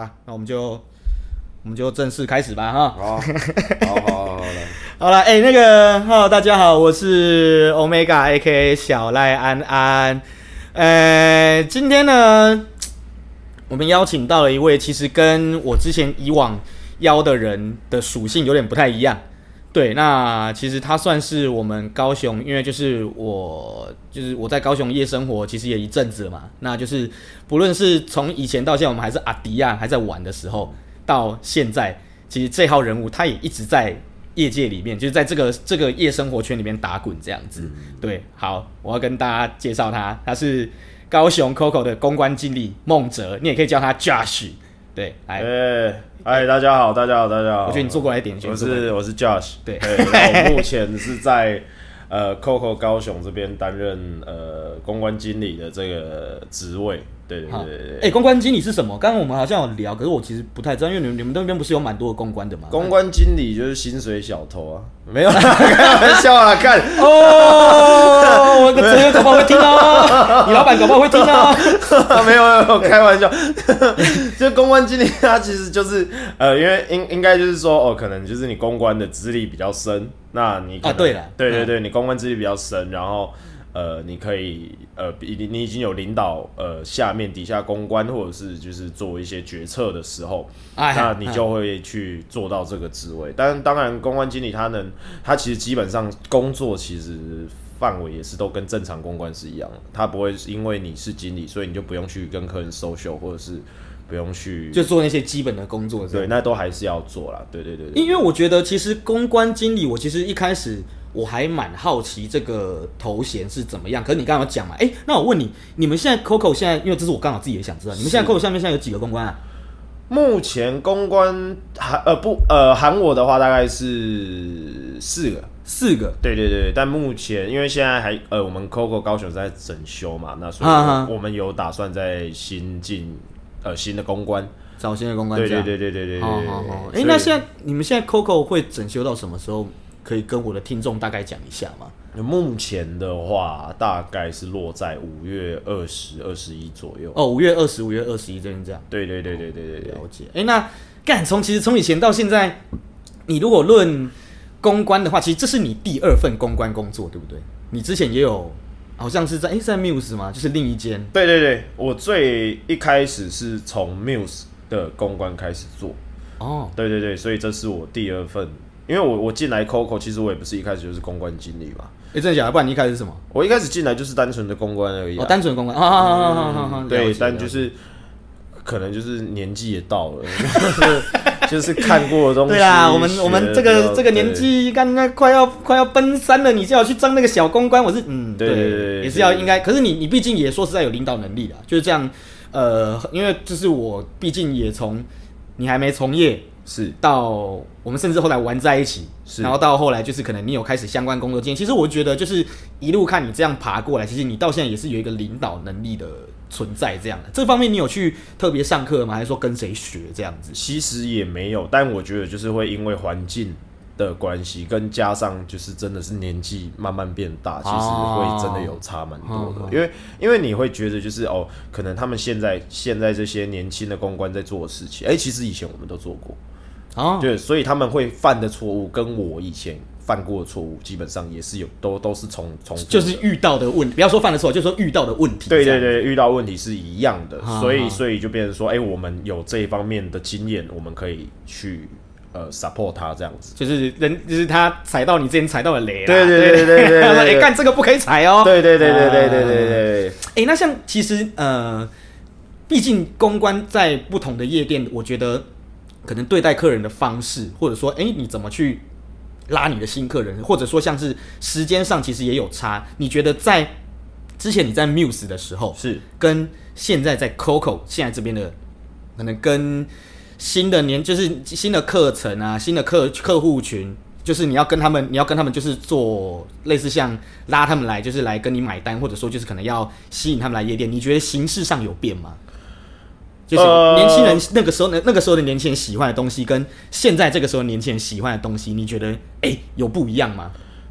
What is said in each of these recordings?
吧，那我们就正式开始吧哈。 好， 好了，那个，Hello， 大家好，我是 Omega AKA 小赖安安。今天呢，我们邀请到了一位，其实跟我之前以往邀的人的属性有点不太一样。对，那其实他算是我们高雄，因为就是我在高雄夜生活，其实也一阵子了嘛。那就是不论是从以前到现在，我们还是阿迪亚还在玩的时候，到现在，其实这号人物他也一直在业界里面，就是在这个夜生活圈里面打滚这样子。对，好，我要跟大家介绍他是高雄 Coco 的公关经理孟哲，你也可以叫他 Josh。对， 大家好。我觉得你坐过来一点， 我是 Josh。 对， 那我目前是在Coco 高雄这边担任公关经理的这个职位。对。 公关经理是什么？刚刚我们好像有聊，可是我其实不太知道，因为你们那边不是有蛮多的公关的吗？ 公关经理就是薪水小偷啊，没有啦，开玩笑啦，看我的朋友搞不好会听哦，你老板搞不好会听哦。 没有，开玩笑。就公关经理他其实就是因为应该就是说可能就是你公关的资历比较深，那你可能对了， 对，你公关资历比较深，然后你可以你已经有领导下面底下公关或者是就是做一些决策的时候，那你就会去做到这个职位。但当然，公关经理他其实基本上工作其实范围也是都跟正常公关是一样的，他不会因为你是经理，所以你就不用去跟客人 social 或者是不用去就做那些基本的工作。 对，那都还是要做啦。对。 因为我觉得其实公关经理，我其实一开始我还蛮好奇这个头衔是怎么样。可是你刚刚有讲嘛，那我问你，你们现在 Coco 现在，因为这是我刚好自己也想知道，你们现在 Coco 下面现在有几个公关啊？ 目前公关喊我的话大概是4个。对，但目前因为现在还我们 Coco 高雄在整修嘛，那所以我们有打算在新的公关， 找新的公关。 对。好。 那你们现在 Coco 会整修到什么时候？可以跟我的听众大概讲一下吗？ 目前的话，大概是落在5月20、21左右。 5月20、5月21这边这样。 对。 了解。那其实从以前到现在，你如果论公关的话，其实这是你第2份公关工作，对不对？你之前也有，好像是在Muse 吗？就是另一间。 对，我最一开始是从 Muse 的公关开始做。对，所以这是我第2份。因为我进来 Coco， 其实我也不是一开始就是公关经理嘛。 真的假的？不然你一开始是什么？ 我一开始进来就是单纯的公关而已。 单纯的公关。 对，但就是可能就是年纪也到了，就是看过的东西。 对啦，我们这个年纪，刚刚快要奔3了，你就要去当那个小公关，我是对，也是要应该。可是你毕竟也说实在有领导能力啦，就是这样。因为就是我毕竟也从你还没从业。 是到我们甚至后来玩在一起，然后到后来就是可能你有开始相关工作经验。其实我觉得就是一路看你这样爬过来，其实你到现在也是有一个领导能力的存在这样的。这方面你有去特别上课吗？还是说跟谁学这样子？ 其实也没有，但我觉得就是会因为环境的关系，跟加上就是真的是年纪慢慢变大，其实会真的有差蛮多的。因为你会觉得就是可能他们现在这些年轻的公关在做的事情，其实以前我们都做过。对，所以他们会犯的错误，跟我以前犯过的错误，基本上也是有都是重复的， 就是遇到的问题，不要说犯的错，就是说遇到的问题。 对，遇到问题是一样的，所以就变成说，我们有这一方面的经验，我们可以去support 他这样子， 就是他踩到你之前踩到的雷啦。 对， 他说干这个不可以踩哦。 对。 那像其实毕竟公关在不同的夜店，我觉得可能对待客人的方式，或者说你怎么去拉你的新客人，或者说像是时间上其实也有差。你觉得在之前你在 Muse 的时候，是跟现在在 Coco 现在这边的，可能跟就是新的课程啊，新的客户群，就是你要跟他们就是做类似像拉他们来，就是来跟你买单，或者说就是可能要吸引他们来夜店。你觉得形式上有变吗？就是年轻人那个时候的年轻人喜欢的东西，跟现在这个时候年轻人喜欢的东西，你觉得有不一样吗？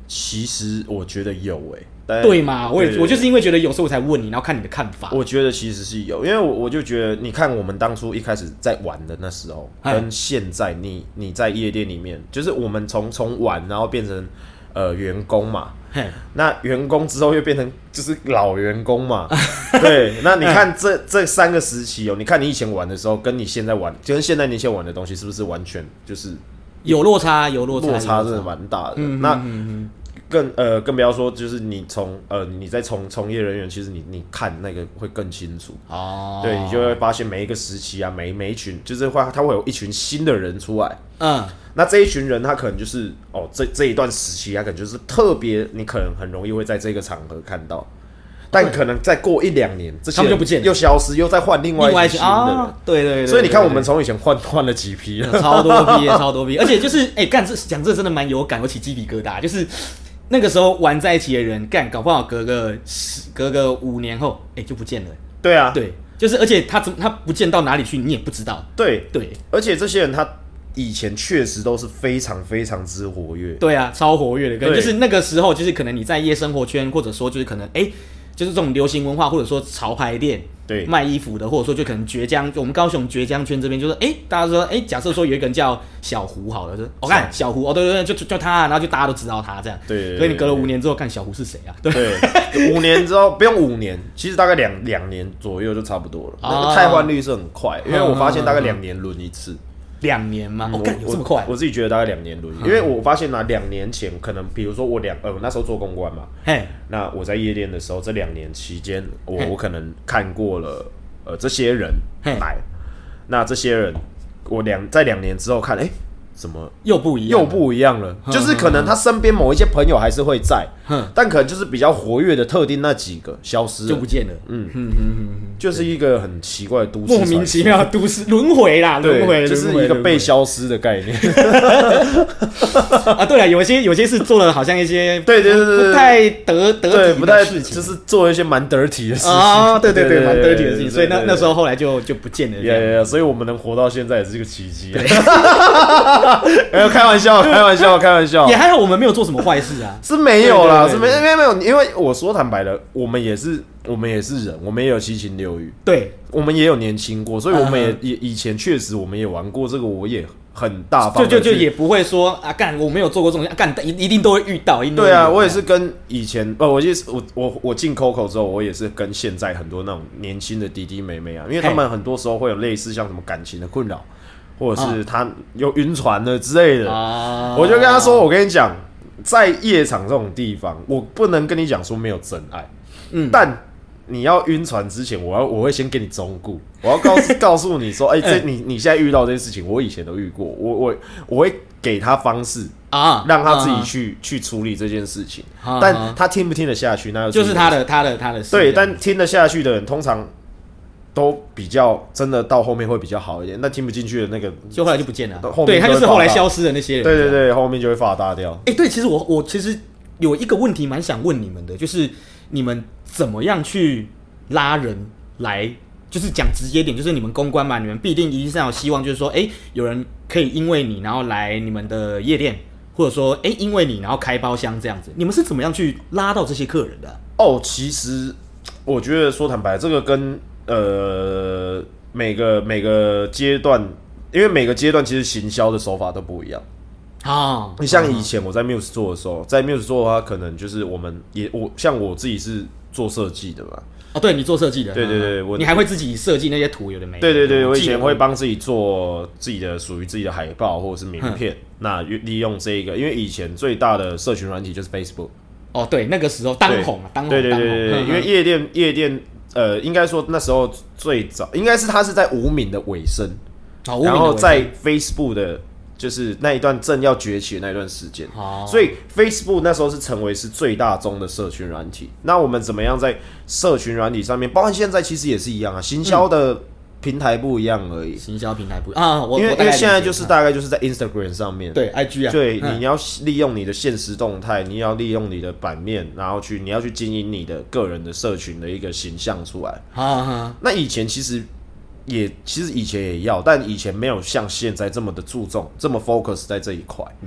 其实我觉得有对嘛？我就是因为觉得有，所以我才问你，然后看你的看法。 我觉得其实是有，因为我就觉得，你看我们当初一开始在玩的那时候，跟现在你在夜店里面，就是我们从玩然后变成员工嘛，那员工之后又变成就是老员工嘛，对，那你看这3个时期你看你以前玩的时候，跟你现在玩，跟现在年轻人玩的东西，是不是完全就是有落差？落差真的蛮大的。那更不要说，就是你你在从业人员，其实你看那个会更清楚哦。对，你就会发现每一个时期啊，每一群就是他会有一群新的人出来。那这一群人他可能就是这一段时期，他可能就是特别，你可能很容易会在这个场合看到。但可能再过1-2年，这些人就不见了，又消失，又再换另外一群新的人。对。所以你看，我们从以前换了几批了， 超多批，而且就是讲这真的蛮有感，我起鸡皮疙瘩，就是。那个时候玩在一起的人，搞不好隔个5年后，就不见了。 对啊， 对，就是而且他不见到哪里去，你也不知道。 对，而且这些人他以前确实都是非常非常之活跃。 对啊，超活跃的，跟就是那个时候，就是可能你在夜生活圈，或者说就是可能就是这种流行文化，或者说潮牌店，对，卖衣服的，或者说就可能绝江，我们高雄绝江圈这边就是，大家说，假设说有一个人叫小胡好了，就是我看小胡，对，就他，然后就大家都知道他这样，对，所以你隔了5年之后看小胡是谁啊？ 对，5年之后不用5年，其实大概两年左右就差不多了，那个汰换率是很快，因为我发现大概2年轮一次。 2年吗？有这么快？ 我自己觉得大概2年轮，因为我发现2年前可能，比如说我那时候做公关嘛，那我在夜店的时候，这2年期间，我可能看过了这些人来，那这些人我在2年之后看，怎么又不一样了？就是可能他身边某一些朋友还是会在，但可能就是比较活跃的特定那几个消失了， 就不见了。 就是一个很奇怪的都市， 莫名其妙的都市轮回啦，轮回就是一个被消失的概念。 对了，有些是做了好像一些对不太得体的事情， 就是做了一些蛮 dirty 的事情对，蛮 dirty 的事情，所以那时候后来就不见了。 所以我们能活到现在也是一个奇迹。开玩笑， 也还好，我们没有做什么坏事啊， 是没有啦，是没有，因为我说坦白的，我们也是人，我们也有七情六欲， 对， 我们也有年轻过，所以我们也以前确实我们也玩过这个，我也很大方， 就也不会说我没有做过这种一定都会遇到， 对啊，我也是跟以前我进 Coco 之后，我也是跟现在很多那种年轻的弟弟妹妹啊，因为他们很多时候会有类似像什么感情的困扰。或者是他有晕船的之类的，我就跟他说：“我跟你讲，在夜场这种地方，我不能跟你讲说没有真爱，但你要晕船之前，我会先给你忠告，我要告诉你说，你现在遇到这些事情，我以前都遇过，我会给他方式让他自己去处理这件事情，但他听不听得下去，那就是他的事。 对，但听得下去的人通常。”都比较真的到后面会比较好一点，那听不进去的那个， 就后来就不见了。对，他就是后来消失的那些人。 对，后面就会发大掉。 对，其实我其实有一个问题蛮想问你们的，就是你们怎么样去拉人来？就是讲直接点，就是你们公关嘛，你们必定一定是有希望，就是说，有人可以因为你然后来你们的夜店，或者说，因为你然后开包厢这样子，你们是怎么样去拉到这些客人的？ 其实我觉得说坦白，这个跟每个阶段，因为每个阶段其实行销的手法都不一样你像以前我在 Muse 做的时候，在 Muse 做的话，可能就是像我自己是做设计的嘛。 对，你做设计的， 对， 你还会自己设计那些图，有的没的。 对，我以前会帮自己做自己的属于自己的海报或者是名片，那利用这个，因为以前最大的社群软体就是 Facebook。 对，那个时候当红。 对，因为夜店。应该说那时候最早应该是他是在无名的尾声，然后在 Facebook 的，就是那一段正要崛起的那段时间，所以 Facebook 那时候是成为是最大宗的社群软体。那我们怎么样在社群软体上面，包括现在其实也是一样啊，行销的平台不一样而已， 行销平台不一样因为现在就是大概就是在 Instagram 上面， 对 IG 啊， 对，你要利用你的限时动态，你要利用你的版面，然后你要去经营你的个人的社群的一个形象出来。那以前其实以前也要，但以前没有像现在这么的注重，这么 focus 在这一块。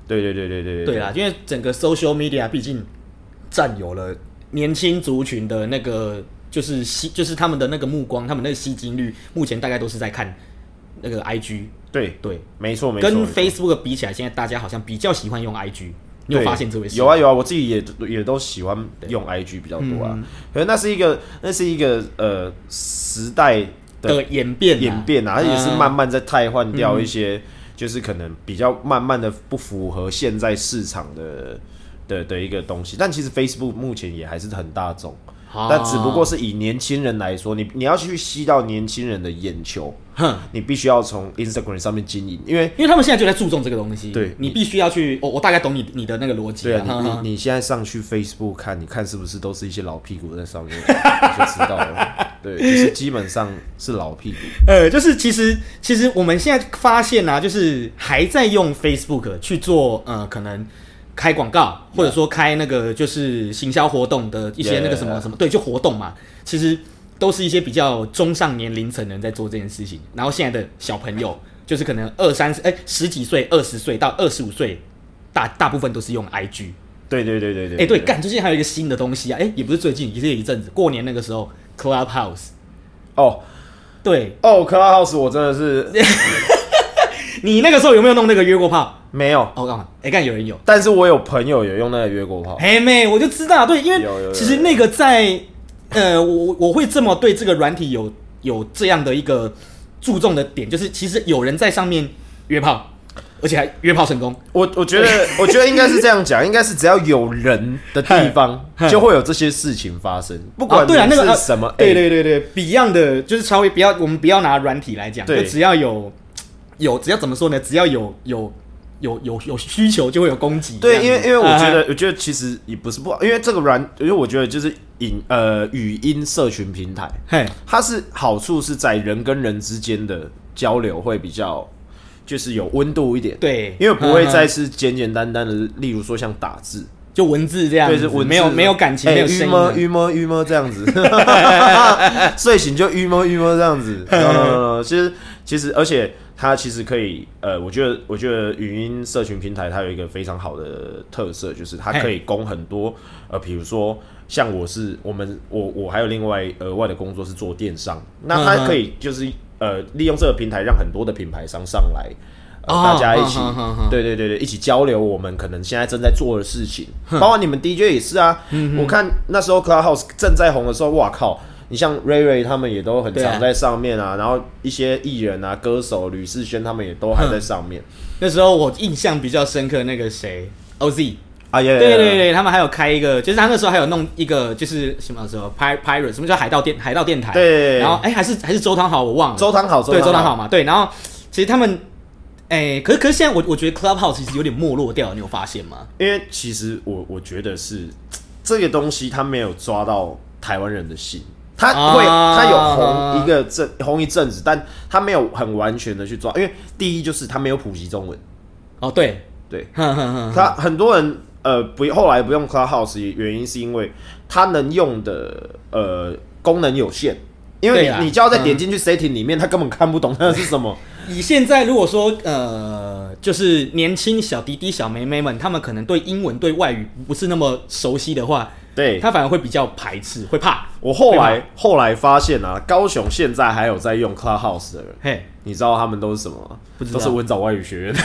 对啦，因为整个 social media 毕竟占有了年轻族群的那个就是他们的那个目光，他们那个吸金率，目前大概都是在看那个 IG。 对，没错， 跟 Facebook 比起来，现在大家好像比较喜欢用 IG。你有发现这回事？ 有啊，我自己也都喜欢用 IG 比较多啊。可是那是一个时代的演变啊，它也是慢慢在汰换掉一些，就是可能比较慢慢的不符合现在市场的一个东西。但其实 Facebook 目前也还是很大众。但只不过是以年轻人来说，你要去吸到年轻人的眼球，你必须要从 Instagram 上面经营，因为他们现在就在注重这个东西。 对， 你必须要去，我大概懂你的那个逻辑。 对啊，你现在上去 Facebook 看，你看是不是都是一些老屁股在上面，你就知道了。对，就是基本上是老屁股。 就是其实我们现在发现啊，就是还在用 Facebook 去做可能开广告，或者说开那个就是行销活动的一些那个什么什么，对，就活动嘛，其实都是一些比较中上年龄层人在做这件事情。然后现在的小朋友，就是可能十几岁、20岁到25岁，大部分都是用 IG。 对。 对，干，最近还有一个新的东西啊，也不是最近，也是有一阵子，过年那个时候 ，Clubhouse。对 ，Clubhouse 我真的是。 你那个时候有没有弄那个约过炮？ 没有。 干嘛？干有人有， 但是我有朋友有用那个约过炮。 妹，我就知道，对，因为其实那个在我会这么对这个软体有这样的一个注重的点，就是其实有人在上面约炮，而且还约炮成功。我觉得应该是这样讲，应该是只要有人的地方，就会有这些事情发生，不管你是什么。 对，Beyond 的就是稍微我们不要拿软体来讲，就只要只要怎么说呢？只要有需求，就会有供给。 对，因为我觉得其实也不是不好，因为这个因为我觉得就是语音社群平台，它是好处是在人跟人之间的交流会比较就是有温度一点。 对， 因为不会再是简简单单的，例如说像打字。 就文字这样子，对，是文字，没有感情，没有声音， 郁么这样子，睡醒就郁么这样子。其实，而且它其实可以，我觉得语音社群平台它有一个非常好的特色，就是它可以供很多，比如说像我还有另外额外的工作是做电商，那它可以就是利用这个平台让很多的品牌商上来。大家一起，对，一起交流我们可能现在正在做的事情，包括你们 DJ 也是啊。我看那时候 Clubhouse 正在红的时候，哇靠！你像 Ray 他们也都很常在上面啊，然后一些艺人啊、歌手吕士轩他们也都还在上面。 那时候我印象比较深刻，那个谁 OZ 啊， 对，他们还有开一个，就是他那时候还有弄一个，就是什么时候 Pirate， 什么叫海盗电台？对，然后还是周汤豪，我忘了。 周汤豪嘛，对，然后其实他们。可是现在我觉得 Clubhouse 其实有点没落掉，你有发现吗？ 因为其实我觉得是这个东西，它没有抓到台湾人的心，它有红一阵子，但它没有很完全的去抓。因为第一就是它没有普及中文。 对， 它很多人后来不用 Clubhouse， 原因是因为它能用的功能有限。因为你就要再点进去 setting 里面，他根本看不懂那是什么。 以现在如果说就是年轻小弟弟小妹妹们，他们可能对英文对外语不是那么熟悉的话，对他反而会比较排斥，会怕。 我后来发现啊，高雄现在还有在用 Clubhouse 的人，你知道他们都是什么吗？ 不知道， 都是文藻外语学院的。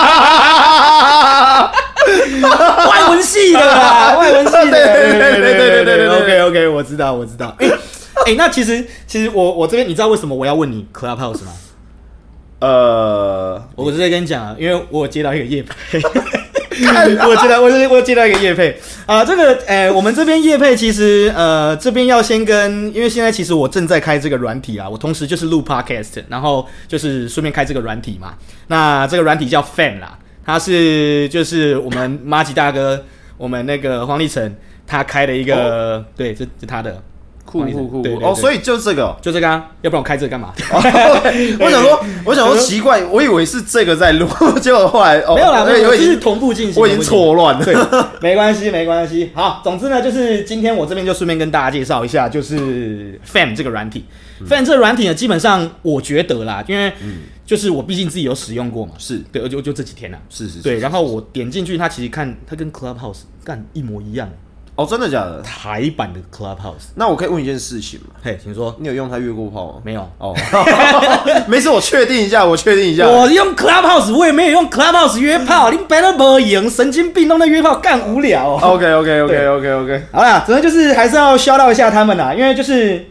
外文系的啦，外文系的。对 ，OK， 我知道。那其实我这边你知道为什么我要问你 Clubhouse 吗？我直接跟你讲啊，因为我有接到一个业配，我接到一个业配啊，这个我们这边业配其实这边要先因为现在其实我正在开这个软体啊，我同时就是录 podcast， 然后就是顺便开这个软体嘛。那这个软体叫 Fan 啦，它是就是我们马吉大哥，我们那个黄立成他开的一个，对，这他的。 酷哦，所以就这个， 就这个啊，要不然我开这个干嘛？ 我想说奇怪，我以为是这个在录，结果后来没有啦，就是同步进行， 我已经错乱了。 对，没关系。好，总之呢，就是今天我这边就顺便跟大家介绍一下，就是 Fan 这个软体。Fan 这个软体呢，基本上我觉得啦，因为就是我毕竟自己有使用过嘛， 是对，就这几天啦， 是对，然后我点进去，它其实看它跟 Clubhouse 干一模一样。 哦，真的假的？ 台版的 Clubhouse。 那我可以问一件事情吗？ 嘿，请说。 你有用它约过炮吗？ 没有。 哦，没事，我确定一下。我用 Clubhouse， 我也没有用 Clubhouse 约炮。你别都没赢，神经病，弄那约炮干无聊。 OK。 好啦，主要就是还是要shout out一下他们啦，因为就是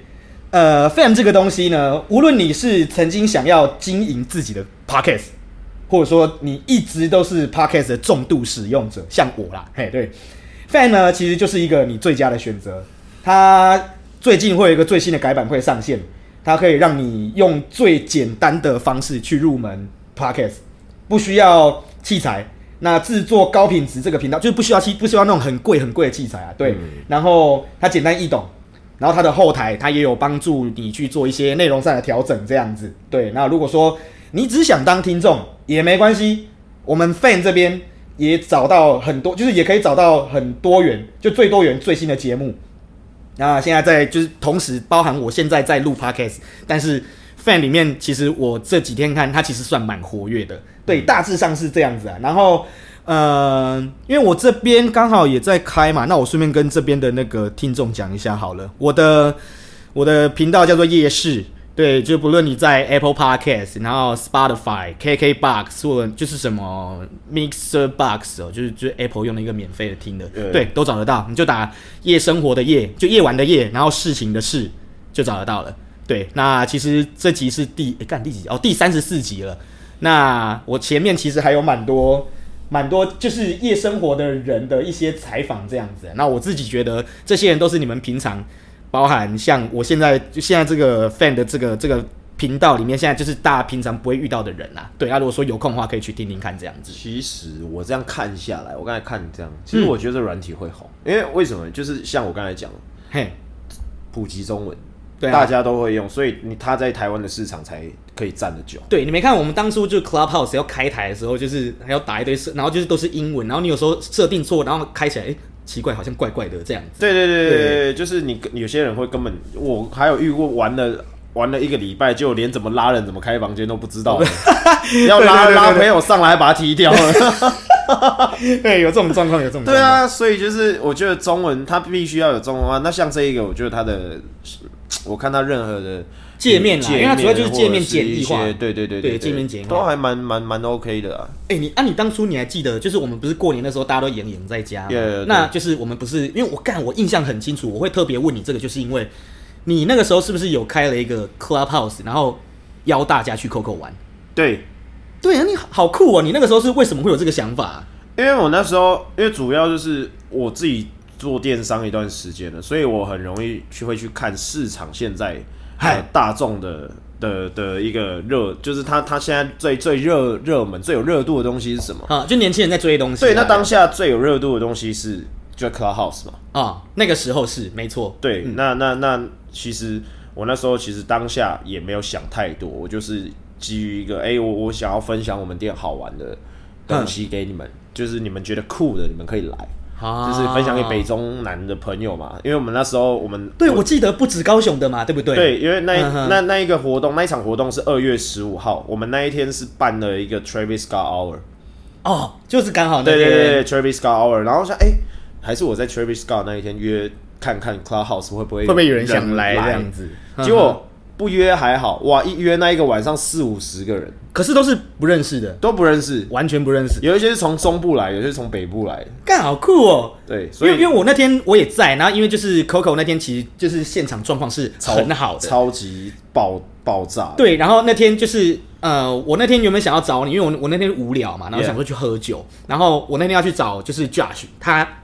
Fam 这个东西呢，无论你是曾经想要经营自己的 Podcast， 或者说你一直都是 Podcast 的重度使用者，像我啦，嘿，对。Fan 呢，其实就是一个你最佳的选择。它最近会有一个最新的改版会上线，它可以让你用最简单的方式去入门 Podcast， 不需要器材。那制作高品质这个频道，就是不需要那种很贵的器材啊。对，然后它简单易懂，然后它的后台它也有帮助你去做一些内容上的调整，这样子。对，那如果说你只想当听众也没关系，我们 Fan 这边也找到很多，就是也可以找到很多元，就最多元最新的节目。那现在在就是同时包含我现在在录 podcast， 但是 Fan 里面其实我这几天看它其实算蛮活跃的，对，大致上是这样子啊。然后因为我这边刚好也在开嘛，那我顺便跟这边的那个听众讲一下好了，我的频道叫做夜市。对，就不论你在 Apple Podcast， 然后 Spotify、KKBox 或者就是什么 Mixer Box 哦，就是 Apple 用的一个免费的听的，对，都找得到。你就打夜生活的夜，就夜晚的夜，然后事情的事，就找得到了。对，那其实这集是第几集？第34集了。那我前面其实还有蛮多就是夜生活的人的一些采访这样子。那我自己觉得这些人都是你们平常。包含像我现在这个 Fan 的这个频道里面，现在就是大家平常不会遇到的人啦。对，如果说有空的话，可以去听听看这样子。 其实我这样看下来，我刚才看这样，其实我觉得软体会红，因为为什么？就是像我刚才讲，普及中文，对、大家都会用，所以他在台湾的市场才可以站得久。 对，你没看我们当初就 Clubhouse 要开台的时候，就是还要打一堆然后就是都是英文，然后你有时候设定错，然后开起来，奇怪，好像怪怪的这样子。 对，就是你有些人会根本，我还有遇过玩了一个礼拜，就连怎么拉人、怎么开房间都不知道，要拉朋友上来把他踢掉了。 对，有这种状况， 对啊，所以就是我觉得中文它必须要有中文化。那像这一个，我觉得它的，我看它任何的界面啦，因为它主要就是界面简易化， 对， 界面简易化都还蛮 OK 的啊。 你当初你还记得，就是我们不是过年的时候大家都演在家嘛？那就是我们不是，因为我印象很清楚，我会特别问你这个，就是因为你那个时候是不是有开了一个 Clubhouse， 然后邀大家去 Coco 玩？对啊，你好酷哦！你那个时候是为什么会有这个想法啊？ 因为我那时候，因为主要就是我自己做电商一段时间了，所以我很容易会去看市场现在大众的一个就是他现在最热门、最有热度的东西是什么啊？就年轻人在追的东西。 对，那当下最有热度的东西是就 Clubhouse 嘛？ 啊，那个时候是没错。 对，那其实我那时候其实当下也没有想太多，我就是基于一个我想要分享我们店好玩的东西给你们，就是你们觉得酷的，你们可以来。就是分享给北中南的朋友嘛，因为我们那时候对，我记得不止高雄的嘛，对不对？ 对，因为那一个活动，那一场活动是2月15号，我们那一天是办了一个 Travis Scott Hour， 哦，就是刚好那天对 Travis Scott Hour， 然后想还是我在 Travis Scott 那一天约看看 Clubhouse 会不会有人想来这样子， 结果不约还好，哇！一约那一个晚上40-50个人， 可是都是不认识的， 都不认识， 完全不认识。 有一些是从中部来，有些是从北部来的， 干好酷哦！ 对，所以因为我那天我也在，然后因为就是 Coco 那天其实就是现场状况是很好的， 超级爆炸。 对，然后那天就是我那天原本想要找你，因为我那天无聊嘛，然后想说去喝酒，然后我那天要去找就是 Josh，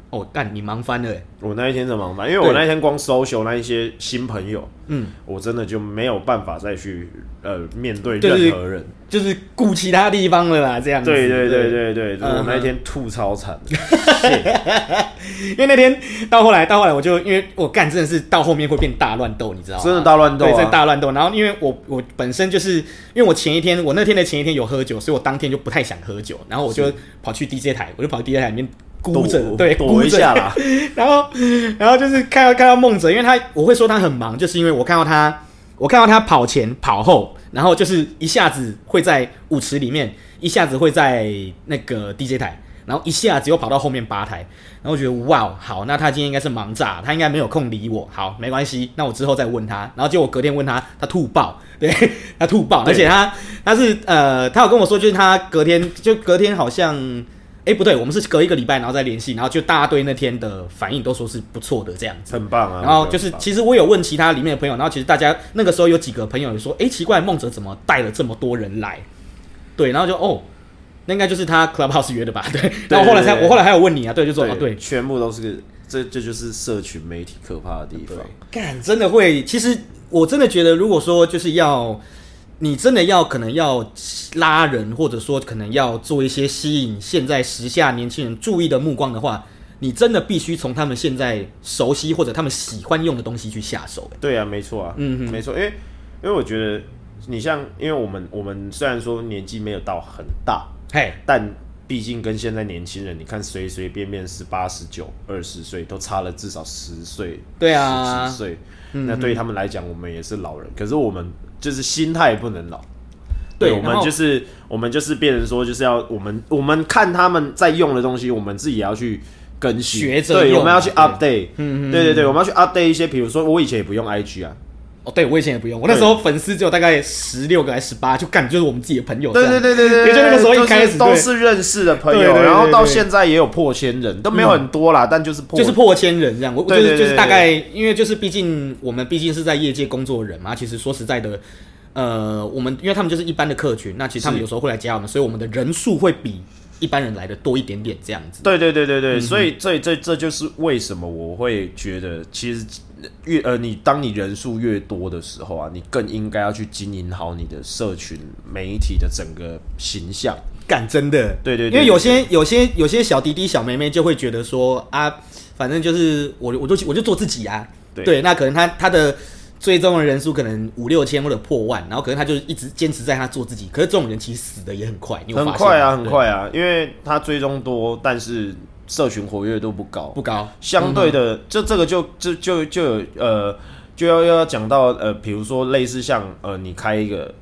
哦，干你忙翻了欸！ 我那一天真的忙翻，因为我那一天光social那一些新朋友，我真的就没有办法再去面对任何人， 就是顾其他地方了啦，这样子。 对，我那一天吐超惨， 因为那天到后来我就因为我干真的是到后面会变大乱斗，你知道吗？ 真的大乱斗， 对，真的大乱斗。然后因为我本身就是因为我那天的前一天有喝酒，所以我当天就不太想喝酒，然后我就跑去 DJ 台，我就跑去 DJ 台里面。孤着，对， 躲一下啦。 然后就是看到梦哲，因为我会说他很忙，就是因为我看到他跑前跑后，然后就是一下子会在舞池里面，一下子会在那个 DJ 台，然后一下子又跑到后面吧台，然后我觉得哇，好，那他今天应该是忙炸，他应该没有空理我，好，没关系，那我之后再问他，然后结果隔天问他，他吐爆，对，他吐爆，而且他是他有跟我说，就是他隔天好像。不对，我们是隔一个礼拜，然后再联系，然后就大家对那天的反应都说是不错的这样子， 很棒啊。 然后就是，其实我有问其他里面的朋友，然后其实大家那个时候有几个朋友也说，奇怪，梦哲怎么带了这么多人来？对，然后就那应该就是他 Clubhouse 约的吧？对。然后我后来还有问你啊，对，就说对， 全部都是这就是社群媒体可怕的地方。 干，真的会，其实我真的觉得，如果说就是你真的可能要拉人，或者说可能要做一些吸引现在时下年轻人注意的目光的话，你真的必须从他们现在熟悉或者他们喜欢用的东西去下手。 对啊，没错啊，没错，因为我觉得你像，因为我们虽然说年纪没有到很大，但毕竟跟现在年轻人，你看随随便便18、19、20岁都差了至少10岁， 对啊， 10几岁。那对于他们来讲，我们也是老人，可是我们就是心态不能老。对，我们就是变成说，就是要我们看他们在用的东西，我们自己也要去更新， 学着用。 对，我们要去 update。对，我们要去 update 一些，比如说我以前也不用 IG 啊。 对，我以前也不用，我那时候粉丝只有大概16个还18，就就是我们自己的朋友。 对， 也就那个时候一开始都是认识的朋友，然后到现在也有破千人，都没有很多啦，但就是破千人这样。就是大概，因为就是我们毕竟是在业界工作的人嘛，其实说实在的，我们因为他们就是一般的客群，那其实他们有时候会来加我们，所以我们的人数会比一般人来的多一点点这样子。 对，所以这就是为什么我会觉得，其实当你人数越多的时候啊，你更应该要去经营好你的社群媒体的整个形象。 干，真的， 对， 因为有些小弟弟小妹妹就会觉得说啊，反正就是我就做自己啊。对，那可能他的追踪的人数可能5、6千或者破万，然后可能他就一直坚持在他做自己，可是这种人其实死的也很快，你有发现吗？ 很快啊，因为他追踪多，但是社群活跃度不高，相对的，这个就有就要讲到比如说类似像你开一个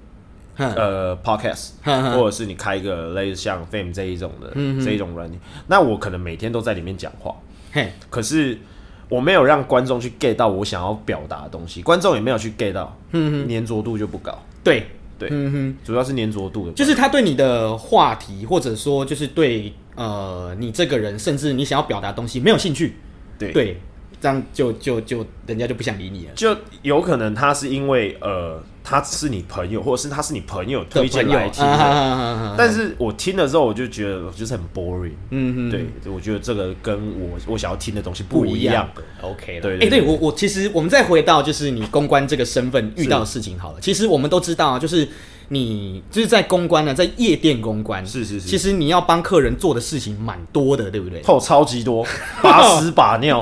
podcast， 或者是你开一个类似像 Fame 这一种的这一种软体，那我可能每天都在里面讲话，可是我没有让观众去 get 到我想要表达的东西，观众也没有去 get 到，粘着度就不高。对，主要是粘着度的， 就是他对你的话题，或者说就是对你这个人，甚至你想要表达的东西没有兴趣，对，这样就人家就不想理你了。 就有可能他是因为他是你朋友，或者是他是你朋友推荐来听的，但是我听了之后我就觉得就是很 boring，对，我觉得这个跟我想要听的东西不一样。 OK 了，对，我其实我们再回到就是你公关这个身份遇到的事情好了，其实我们都知道，就是你就是在公关呢，在夜店公关， 是， 其实你要帮客人做的事情蛮多的，对不对？ 超级多，把屎把尿。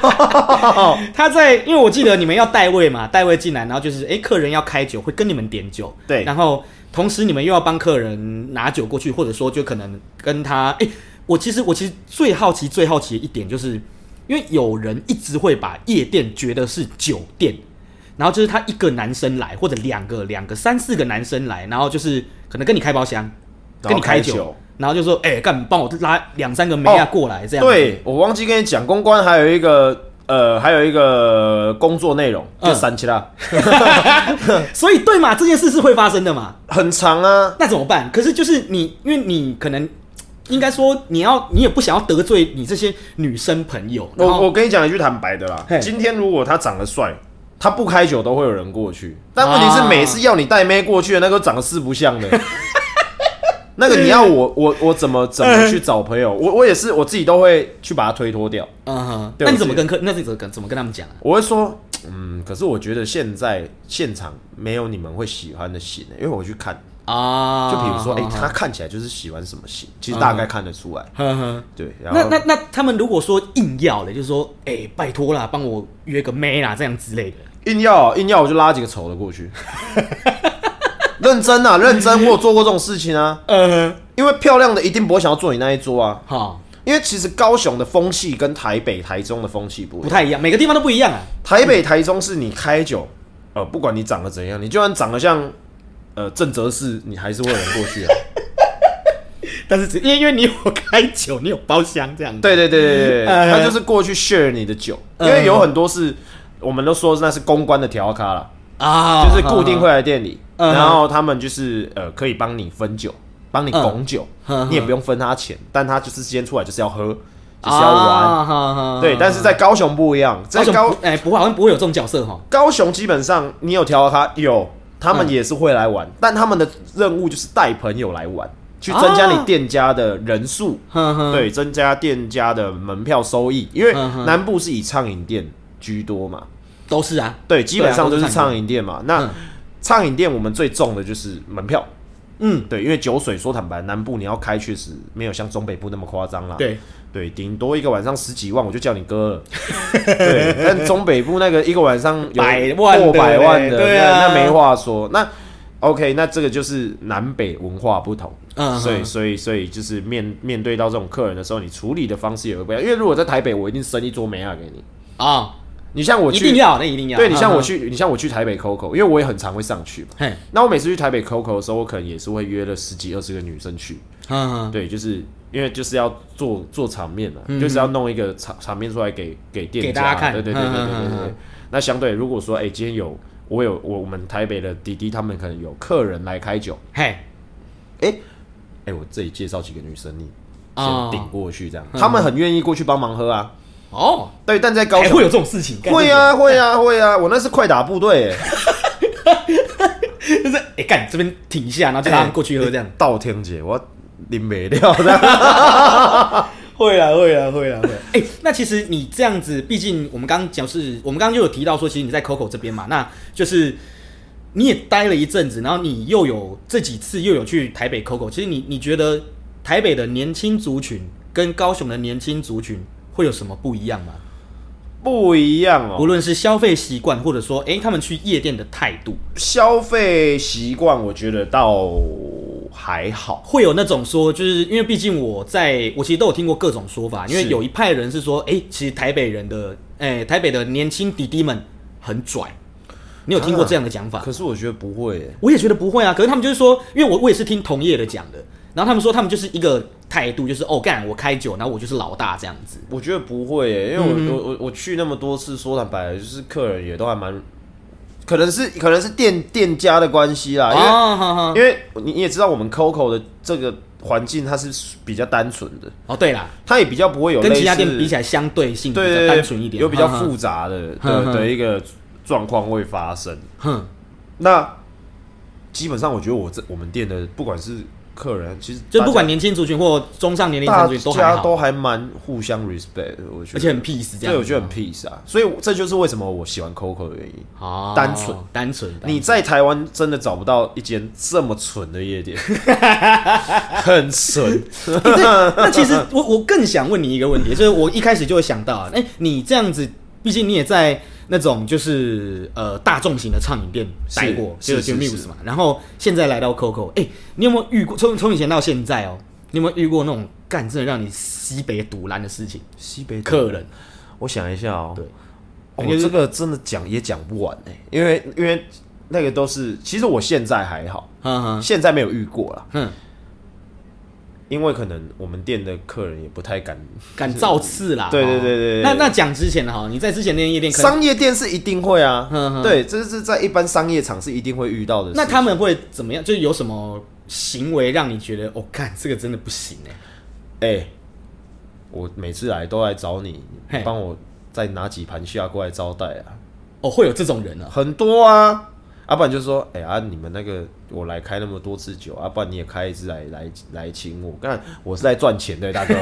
因为我记得你们要带位嘛，带位进来，然后就是客人要开酒，会跟你们点酒， 对， 然后同时你们又要帮客人拿酒过去，或者说就可能跟他，我其实最好奇的一点就是，因为有人一直会把夜店觉得是酒店。然后就是他一个男生来，或者两个、3、4个男生来，然后就是可能跟你开包厢，跟你开酒，然后就说，干，帮我拉2、3个妹啊过来，这样。 对，我忘记跟你讲，公关还有一个工作内容，就3期啦。 所以对嘛，这件事是会发生的嘛， 很长啊。 那怎么办？可是就是你，因为你可能。应该说，你也不想要得罪你这些女生朋友。 我跟你讲一句坦白的啦，今天如果他长得帅，他不开酒都会有人过去。但问题是，每次要你带妹过去的那个长得四不像的。 那个你要我怎么去找朋友？我也是我自己都会去把它推脱掉。 那你怎么跟他们讲啊？ 我会说，可是我觉得现在现场没有你们会喜欢的型，因为我去看啊，就比如说，他看起来就是喜欢什么型，其实大概看得出来。对，然后那他们如果说硬要的，就是说，拜托啦，帮我约个妹啦，这样之类的。 硬要我就拉几个丑的过去。认真啊，认真，我有做过这种事情啊。因为漂亮的一定不会想要坐你那一桌啊。因为其实高雄的风气跟台北、台中的风气不太一样， 每个地方都不一样啊。 台北、台中是你开酒，不管你长得怎样，你就算长得像郑则仕，你还是会有人过去啊。 但是因为你有开酒，你有包厢这样。 对，他就是过去 share 你的酒，因为有很多是我们都说那是公关的调咖啦。就是固定会来店里，然后他们就是可以帮你分酒，帮你拱酒，你也不用分他钱，但他就是今天出来就是要喝，就是要玩。对，但是在高雄不一样，在不会，好像不会有这种角色哈。 高雄基本上你有调咖有，他们也是会来玩，但他们的任务就是带朋友来玩，去增加你店家的人数，对，增加店家的门票收益，因为南部是以畅饮店居多嘛。 都是啊， 对，基本上都是畅饮店嘛。那畅饮店我们最重的就是门票，对，因为酒水说坦白，南部你要开确实没有像中北部那么夸张啦。对，顶多一个晚上10几万我就叫你哥了。对，但中北部那个一个晚上有过百万的，那没话说。那 OK， 那这个就是南北文化不同，所以就是面对到这种客人的时候，你处理的方式也会不一样。因为如果在台北，我一定生一桌梅亚给你啊。你像我去， 一定要，那一定要。 对，你像我去台北 Coco， 因为我也很常会上去嘛。那我每次去台北 Coco 的时候，我可能也是会约了10几20个女生去。对，就是因为就是要做场面嘛，就是要弄一个场面出来给店家， 给大家看。 对。那相对如果说今天我们台北的弟弟他们可能有客人来开酒，我这里介绍几个女生，你先顶过去这样，他们很愿意过去帮忙喝啊。对，但在高雄还会有这种事情？ 会啊，我那是快打部队， 就是干这边停一下，然后就让他们过去喝这样。 倒天姐，我啉没了这样。 会啦。那其实你这样子，毕竟我们刚刚就有提到说，其实你在 Coco 这边嘛，那就是你也待了一阵子，然后你又有这几次又有去台北 Coco， 其实你觉得台北的年轻族群跟高雄的年轻族群会有什么不一样吗？ 不一样哦， 无论是消费习惯，或者说他们去夜店的态度。 消费习惯，我觉得倒还好。 会有那种说，就是因为毕竟我其实都有听过各种说法，因为有一派人是说，其实台北的年轻弟弟们很拽。你有听过这样的讲法？ 可是我觉得不会我也觉得不会啊。可是他们就是说，因为我也是听同业的讲的。然后他们说，他们就是一个态度，就是干我开酒，然后我就是老大这样子。 我觉得不会因为我去那么多次，说坦白的，就是客人也都还蛮，可能是店家的关系啦，因为你也知道我们 Coco 的这个环境它是比较单纯的。 对啦， 它也比较不会有跟其他店比起来相对性比较单纯一点， 有比较复杂的一个状况会发生。那基本上我觉得我们店的不管是客人其实就不管年轻族群或中上年龄族群都还好， 大家都还蛮互相 respect 的，我觉得， 而且很 peace 这样。 对，我觉得很 peace 啊，所以这就是为什么我喜欢 Coco 的原因。单纯。你在台湾真的找不到一间这么纯的夜店，很纯。 那其实我更想问你一个问题，就是我一开始就会想到，你这样子，毕竟你也在那种就是大众型的畅饮店待过，就 Muse 嘛，然后现在来到 Coco， 你有没有遇过从以前到现在你有没有遇过那种真的让你西北堵拦的事情？ 西北客人， 我想一下对， 这个真的讲也讲不完因为那个都是，其实我现在还好，现在没有遇过啦。因为可能我们店的客人也不太敢造次啦。 对。 那讲之前的你在之前那间夜店， 商业店是一定会啊。对，这是在一般商业场是一定会遇到的事情。 那他们会怎么样？就是有什么行为让你觉得干这个真的不行我每次来都来找你，帮我再拿几盘下过来招待啊。 会有这种人啊？ 很多啊。 不然就是说，你们那个我来开那么多次酒，不然你也开一支来请我，干我是在赚钱的大哥。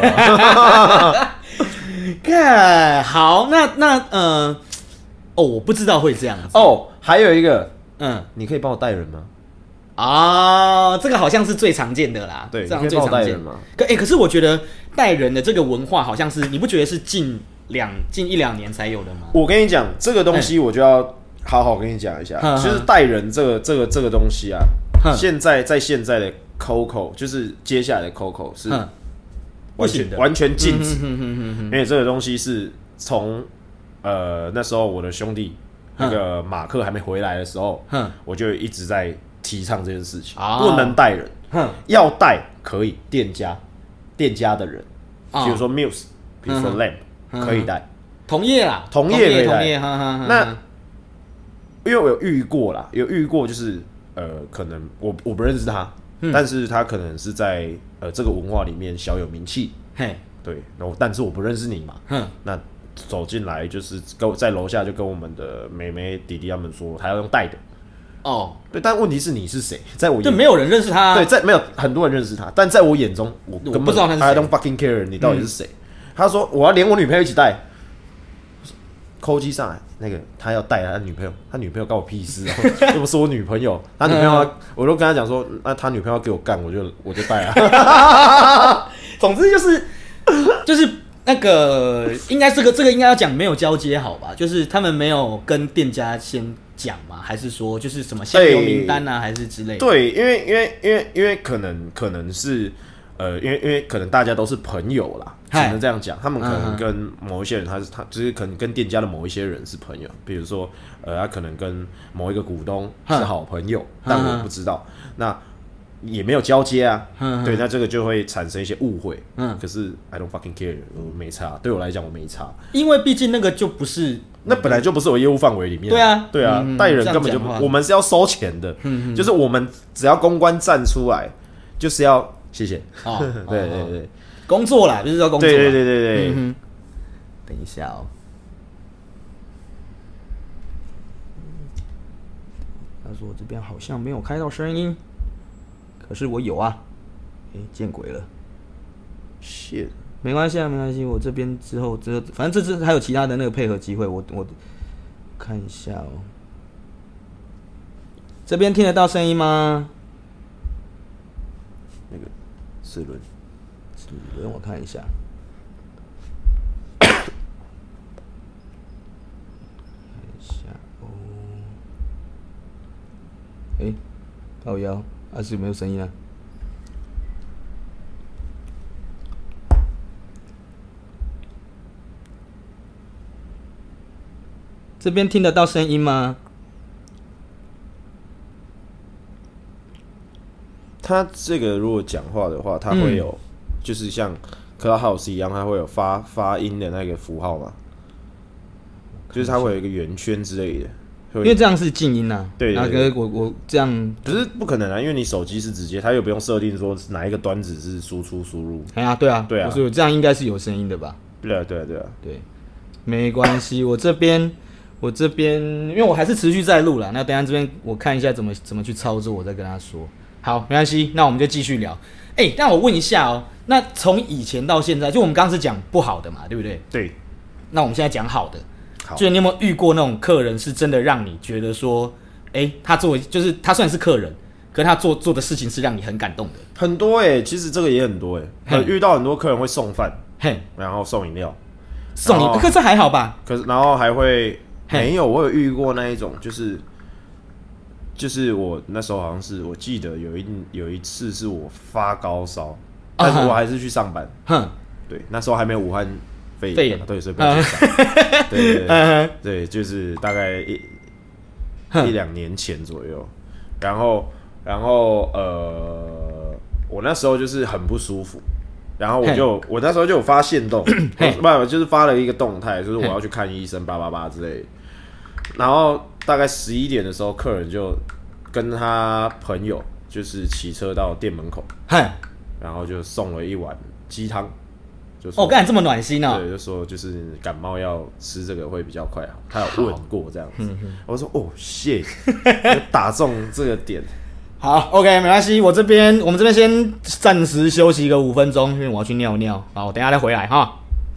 看好，那我不知道会这样子还有一个，你可以帮我带人吗？ 这个好像是最常见的啦， 对， 这样最常见吗？可是我觉得带人的这个文化好像是，你不觉得是近一两年才有的吗？ 我跟你讲，这个东西我就要好好跟你讲一下，就是带人这个东西啊，现在的 Coco 就是接下来的 Coco 是完全禁止，因为这个东西是从那时候我的兄弟那个马克还没回来的时候，我就一直在提倡这件事情，不能带人，要带可以店家的人，比如说 Muse， 比如说 Lamp 可以带， 同业啦， 同业可以带，那。因为我有遇过就是可能我不认识他，但是他可能是在这个文化里面小有名气，对，然后但是我不认识你嘛，那走进来就是在楼下就跟我们的妹妹弟弟他们说他要用带的，对，但问题是你是谁？在我眼中就没有人认识他， 对，没有很多人认识他，但在我眼中我根本不知道他是谁 I don't fucking care 你到底是谁？他说我要连我女朋友一起带。扣机上来，那个他要带他女朋友，他女朋友关我屁事啊！又不是我女朋友，他女朋友我都跟他讲说，那他女朋友要给我干，我就带啊。 总之就是那个，应该这个应该要讲没有交接好吧？就是他们没有跟店家先讲吗？还是说就是什么先留名单啊，还是之类的？ 对，因为可能是。因为可能大家都是朋友啦，只能这样讲。他们可能跟某一些人，他就是可能跟店家的某一些人是朋友，比如说他可能跟某一个股东是好朋友，但我不知道。那也没有交接啊，对，那这个就会产生一些误会。可是 I don't fucking care， 我没差，对我来讲我没差， 因为毕竟那个就不是， 那本来就不是我业务范围里面。对啊，带人根本就我们是要收钱的，就是我们只要公关站出来，就是要。谢谢。对， 工作啦，就是说工作。 对。 等一下哦。他说我这边好像没有开到声音，可是我有啊。见鬼了。 shit， 没关系，我这边之后反正这次还有其他的那个配合机会，我看一下哦。这边听得到声音吗？ 那个4轮， 我看一下。看一下哦。靠腰，是有没有声音啊？这边听得到声音吗？ 他这个如果讲话的话，他会有，就是像 Clubhouse 一样，他会有发音的那个符号嘛，就是他会有一个圆圈之类的。 因为这样是静音啊。 对。 我这样不是不可能啊，因为你手机是直接，他又不用设定说哪一个端子是输出输入。 对啊。所以这样应该是有声音的吧？ 对啊。 对，没关系，我这边，因为我还是持续在录啦。那等一下这边我看一下怎么去操作，我再跟他说。好，没关系，那我们就继续聊。但我问一下哦，那从以前到现在，就我们刚刚是讲不好的嘛，对不对？ 对。 那我们现在讲好的。好。就你有没有遇过那种客人是真的让你觉得说，他就是他虽然是客人，可是他做的事情是让你很感动的？ 很多其实这个也很多遇到很多客人会送饭，然后送饮料， 可是还好吧？ 可是然后还会没有，我有遇过那一种就是我那时候好像是我记得有一次是我发高烧，但是我还是去上班。对，那时候还没有武汉肺炎，对，所以不要去上班。对，就是大概1-2年前左右。然后我那时候就是很不舒服，然后我那时候就有发限动，不就是发了一个动态，就是我要去看医生888之类的。然后大概11点的时候，客人就跟他朋友就是骑车到店门口，然后就送了一碗鸡汤， 就说干这么暖心哦。 对，就说就是感冒要吃这个会比较快好。他有问过这样子，我说谢，打中这个点。 好 ，OK， 没关系，我们这边先暂时休息个5分钟，因为我要去尿尿。好，我等一下再回来哈。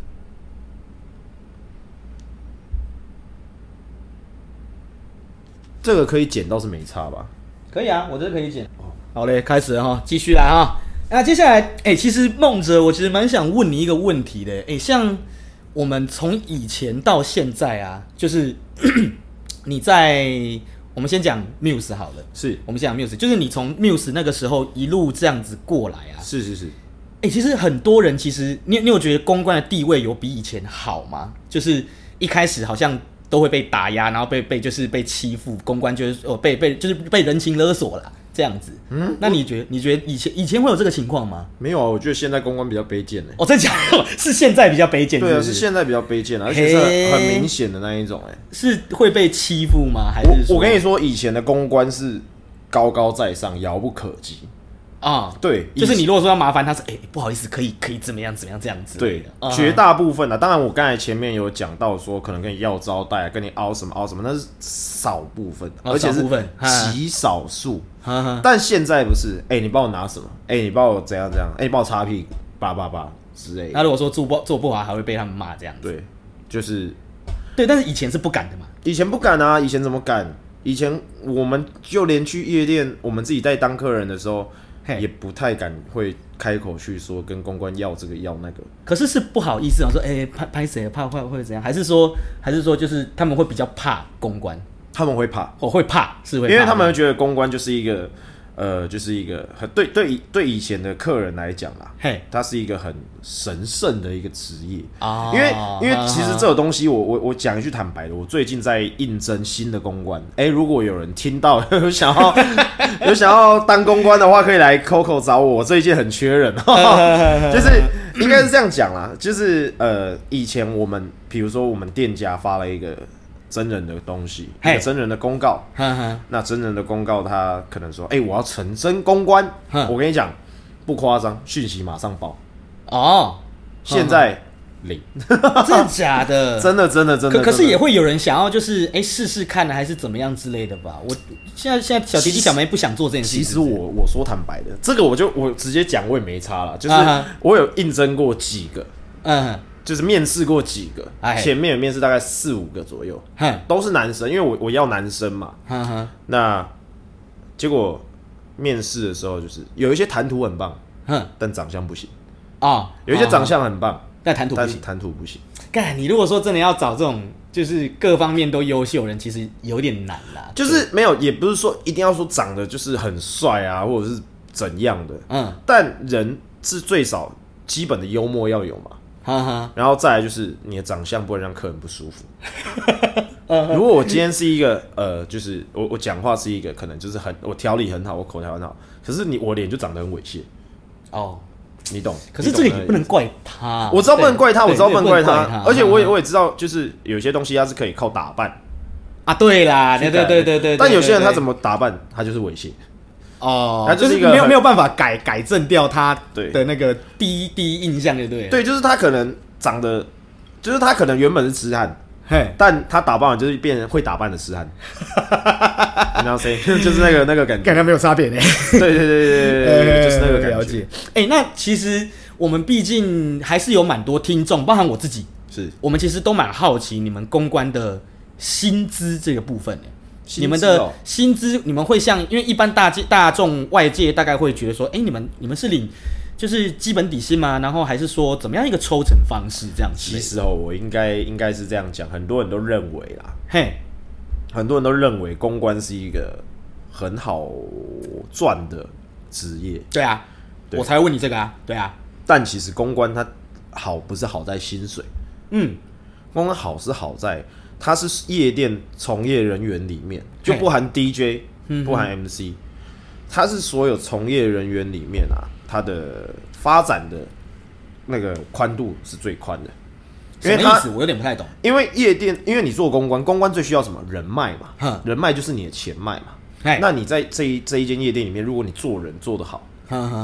这个可以剪倒是没差吧？ 可以啊，我这个可以剪。好嘞，开始了哈，继续来哈。那接下来，其实梦哲，我其实蛮想问你一个问题的，像我们从以前到现在啊，就是你在我们先讲 Muse 好了， 是我们先讲 Muse， 就是你从 Muse 那个时候一路这样子过来啊， 是， 其实很多人其实你有觉得公关的地位有比以前好吗？就是一开始好像都会被打压，然后就是被欺负，公关就是就是被人情勒索啦。这样子，那你觉得以前会有这个情况吗？ 没有啊，我觉得现在公关比较卑贱真假的？是现在比较卑贱？ 对啊，是现在比较卑贱，而且是很明显的那一种， 是会被欺负吗？还是我跟你说，以前的公关是高高在上，遥不可及啊。对， 就是你如果说要麻烦他，是不好意思，可以怎么样这样子。 对，绝大部分啊，当然我刚才前面有讲到说，可能跟你要招待，跟你凹什么，那是少部分，而且是极少数。但现在不是，你帮我拿什么？你帮我怎样？你帮我擦屁股，888之类的。 那如果说做不好，还会被他们骂这样子。 对，就是对，但是以前是不敢的嘛。 以前不敢啊，以前怎么敢？以前我们就连去夜店，我们自己在当客人的时候，也不太敢会开口去说跟公关要这个要那个。 可是不好意思啊，说拍谁怕会怎样？还是说就是他们会比较怕公关？ 他们会怕， 会怕，是会怕， 因为他们会觉得公关就是一个就是一个很对以前的客人来讲啦，它是一个很神圣的一个职业啊。因为其实这种东西，我讲一句坦白的，我最近在应征新的公关，如果有人听到有想要当公关的话，可以来 Coco 找我，这一届很缺人，就是应该是这样讲啦，就是以前我们比如说我们店家发了一个真人的东西，一个真人的公告，那真人的公告他可能说，我要成真公关，我跟你讲不夸张，讯息马上报哦。现在0， 真的假的？ 真的。 可是也会有人想要就是试试看还是怎么样之类的吧？我现在小弟弟小妹不想做这件事情。 其实我说坦白的，这个我直接讲，我也没差啦，就是我有应征过几个，就是面试过几个，前面有面试大概4-5个左右，都是男生，因为我要男生嘛。那结果面试的时候，就是有一些谈吐很棒，但长相不行啊；有一些长相很棒， 但谈吐不行。 干，你如果说真的要找这种就是各方面都优秀的人，其实有点难啦。 就是没有，也不是说一定要说长得就是很帅啊，或者是怎样的，但人是最少基本的幽默要有嘛。然后再来就是你的长相不能让客人不舒服。如果我今天是一个就是我讲话是一个可能就是我条理很好，我口条很好，可是我脸就长得很猥亵哦，你懂？ 可是这个也不能怪他， 我知道不能怪他，而且我也知道，就是有些东西它是可以靠打扮啊，对啦，对。 但有些人他怎么打扮，他就是猥亵。 他就是一个没有办法改正掉他的那个第一印象，对不对？ 对，就是他可能长得，就是他可能原本是痴汉，但他打扮完就是变成会打扮的痴汉。你知道谁？就是那个感觉， 感觉没有差别呢。 对，就是那个感觉。 了解。那其实我们毕竟还是有蛮多听众，包含我自己，我们其实都蛮好奇你们公关的薪资这个部分。你们的薪资，你们会像，因为一般大众外界大概会觉得说，你们是领就是基本底薪吗？然后还是说怎么样一个抽成方式这样子？ 其实我应该是这样讲，很多人都认为啦，很多人都认为公关是一个很好赚的职业。 对啊，我才会问你这个啊，对啊。 但其实公关它好不是好在薪水，公关好是好在。他是夜店从业人员里面，就不含 DJ，不含 MC，他是所有从业人员里面啊，他的发展的那个宽度是最宽的。 什么意思？我有点不太懂。 因为夜店，因为你做公关最需要什么？人脉嘛，人脉就是你的钱脉嘛。那你在这一间夜店里面，如果你做人做得好，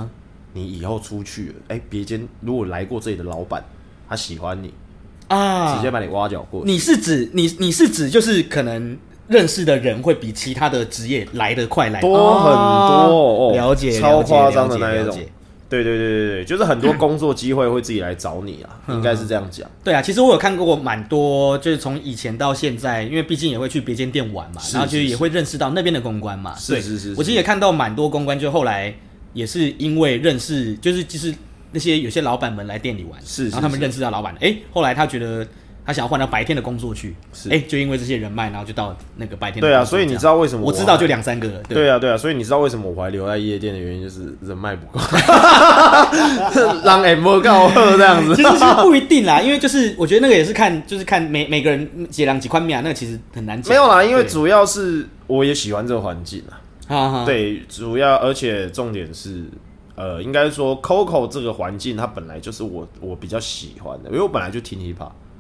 你以后出去了，别间如果来过这里的老板，他喜欢你直接把你挖角过去。 你是指就是可能认识的人会比其他的职业来得快来多很多了解， 超夸张的那一种。对，就是很多工作机会会自己来找你啊，应该是这样讲。 对啊，其实我有看过蛮多，就是从以前到现在，因为毕竟也会去别间店玩嘛，然后就也会认识到那边的公关嘛。 是。 我其实也看到蛮多公关，就后来也是因为认识，就是那些有些老板们来店里玩，然后他们认识到老板，后来他觉得他想要换到白天的工作去，就因为这些人脉，然后就到那个白天的工作。 对啊，所以你知道为什么我知道就2-3个了。 对啊，所以你知道为什么我还留在夜店的原因，就是人脉不够，让 M 够喝这样子。 其实不一定啦，因为就是我觉得那个也是看每个人几两几块面啊，那个其实很难讲。 没有啦，因为主要是我也喜欢这个环境啊。对，主要而且重点是。应该说 Coco 这个环境，它本来就是我比较喜欢的，因为我本来就听 hip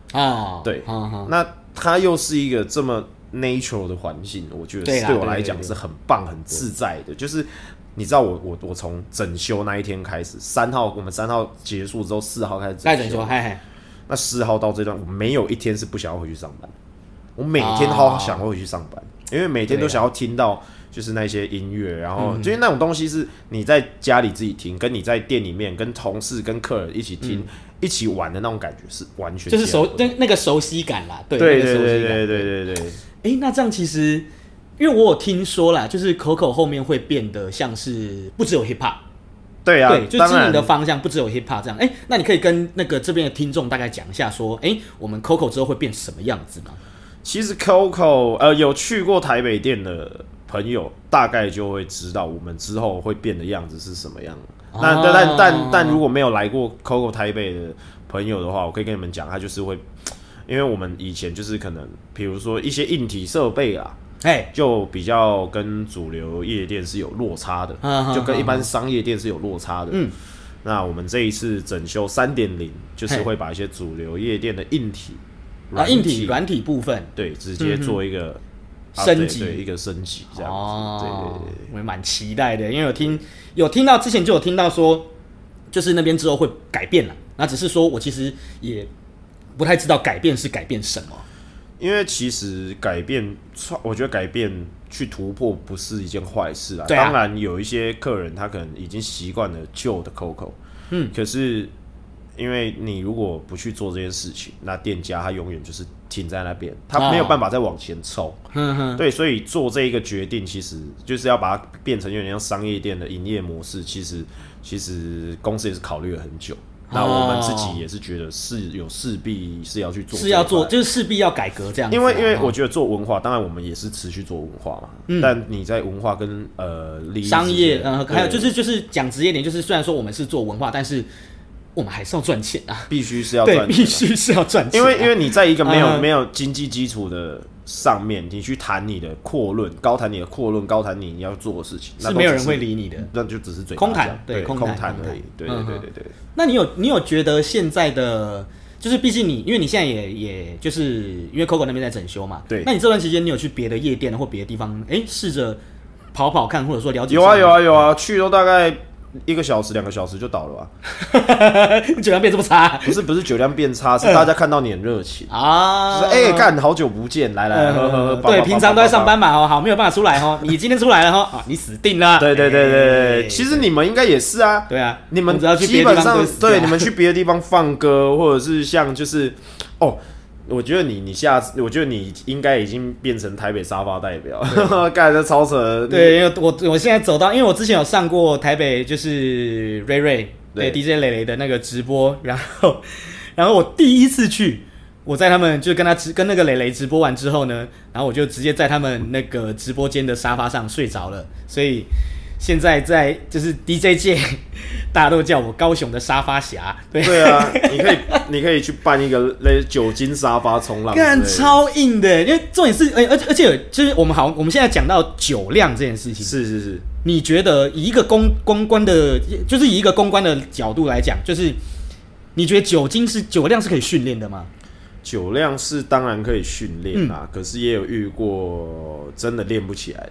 hop 对，那它又是一个这么 natural 的环境，我觉得对我来讲是很棒、很自在的。就是你知道我从整修那一天开始我们3号结束之后，4号开始整修，那4号到这段，我没有一天是不想要回去上班，我每天都想要回去上班，因为每天都想要听到。就是那些音乐，然后就是那种东西是你在家里自己听，跟你在店里面跟同事、跟客人一起听、一起玩的那种感觉是完全就是那个熟悉感啦。对。那这样其实，因为我有听说啦，就是 Coco 后面会变得像是不只有 hip hop。 对啊， 对，就经营的方向不只有 hip hop 这样。那你可以跟那个这边的听众大概讲一下说，我们 Coco 之后会变什么样子吗？ 其实 Coco 有去过台北店的。朋友大概就会知道我们之后会变的样子是什么样。但如果没有来过 Coco 台北的朋友的话，我可以跟你们讲，他就是会，因为我们以前就是可能，比如说一些硬体设备啦，就比较跟主流夜店是有落差的，就跟一般商业店是有落差的。那我们这一次整修 3.0， 就是会把一些主流夜店的硬体、 软体部分， 对，直接做一个。 升级， 对一个升级这样子，对， 我也蛮期待的，因为有听到之前就有听到说，就是那边之后会改变了，那只是说我其实也不太知道改变是改变什么， 因为其实改变，我觉得改变去突破不是一件坏事啦。当然有一些客人他可能已经习惯了旧的 Coco，可是因为你如果不去做这件事情，那店家他永远就是停在那边，他没有办法再往前冲。对，所以做这一个决定，其实就是要把它变成有点像商业店的营业模式。其实公司也是考虑了很久。那我们自己也是觉得势必是要去做， 就是势必要改革这样子。 因为我觉得做文化，当然我们也是持续做文化嘛。但你在文化跟利益商业，还有就是讲直接点，就是虽然说我们是做文化，但是。我们还是要赚钱啊， 必须是要赚钱， 必须是要赚钱。 因为你在一个没有经济基础的上面，你去谈你的阔论，高谈你的阔论，高谈你要做的事情， 是没有人会理你的， 那就只是嘴巴空谈，对，空谈而已。对。 那你有觉得现在的，就是毕竟因为你现在也就是因为 Coco 那边在整修嘛， 对。 那你这段期间你有去别的夜店或别的地方，试着跑看，或者说了解？ 有啊，去都大概。1个小时、2个小时就倒了吧？ 酒量变这么差？ 不是酒量变差，是大家看到你很热情啊！就是干好久不见，来喝。 对，平常都在上班嘛，好没有办法出来哦。你今天出来了哦，你死定了。 对，其实你们应该也是啊。 对啊， 你们基本上对你们去别的地方放歌，或者是像就是我觉得你下次，我觉得你应该已经变成台北沙发代表，干这超扯。 对，因为我现在走到，因为我之前有上过台北，就是瑞对 DJ 蕾蕾的那个直播，然后我第一次去，我在他们就跟那个蕾蕾直播完之后呢，然后我就直接在他们那个直播间的沙发上睡着了，所以。现在在就是 DJ 界，大家都叫我高雄的沙发侠。 对啊，你可以去办一个酒精沙发冲浪， 干超硬的。因为重点是，而且就是我们现在讲到酒量这件事情， 是。 你觉得以一个公关的，就是以一个公关的角度来讲，就是你觉得酒量是可以训练的吗？ 酒量是当然可以训练啦，可是也有遇过真的练不起来的。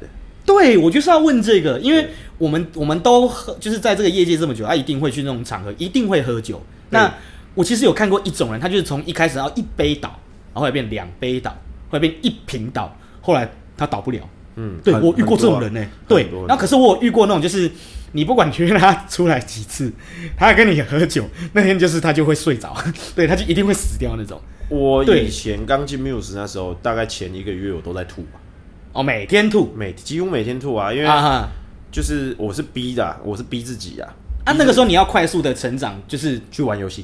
对，我就是要问这个，因为我们都喝，就是在这个业界这么久，他一定会去那种场合，一定会喝酒。那我其实有看过一种人，他就是从一开始然后1杯倒，然后后来变2杯倒，后来变1瓶倒，后来他倒不了。对，我遇过这种人呢。对，然后可是我有遇过那种，就是你不管约他出来几次，他跟你喝酒，那天就是他就会睡着，对，他就一定会死掉那种。 我以前刚进 Muse 那时候，大概前1个月我都在吐吧。 哦，每天吐， 几乎每天吐啊，因为就是我是逼的，我是逼自己啊。 那个时候你要快速的成长，就是去玩游戏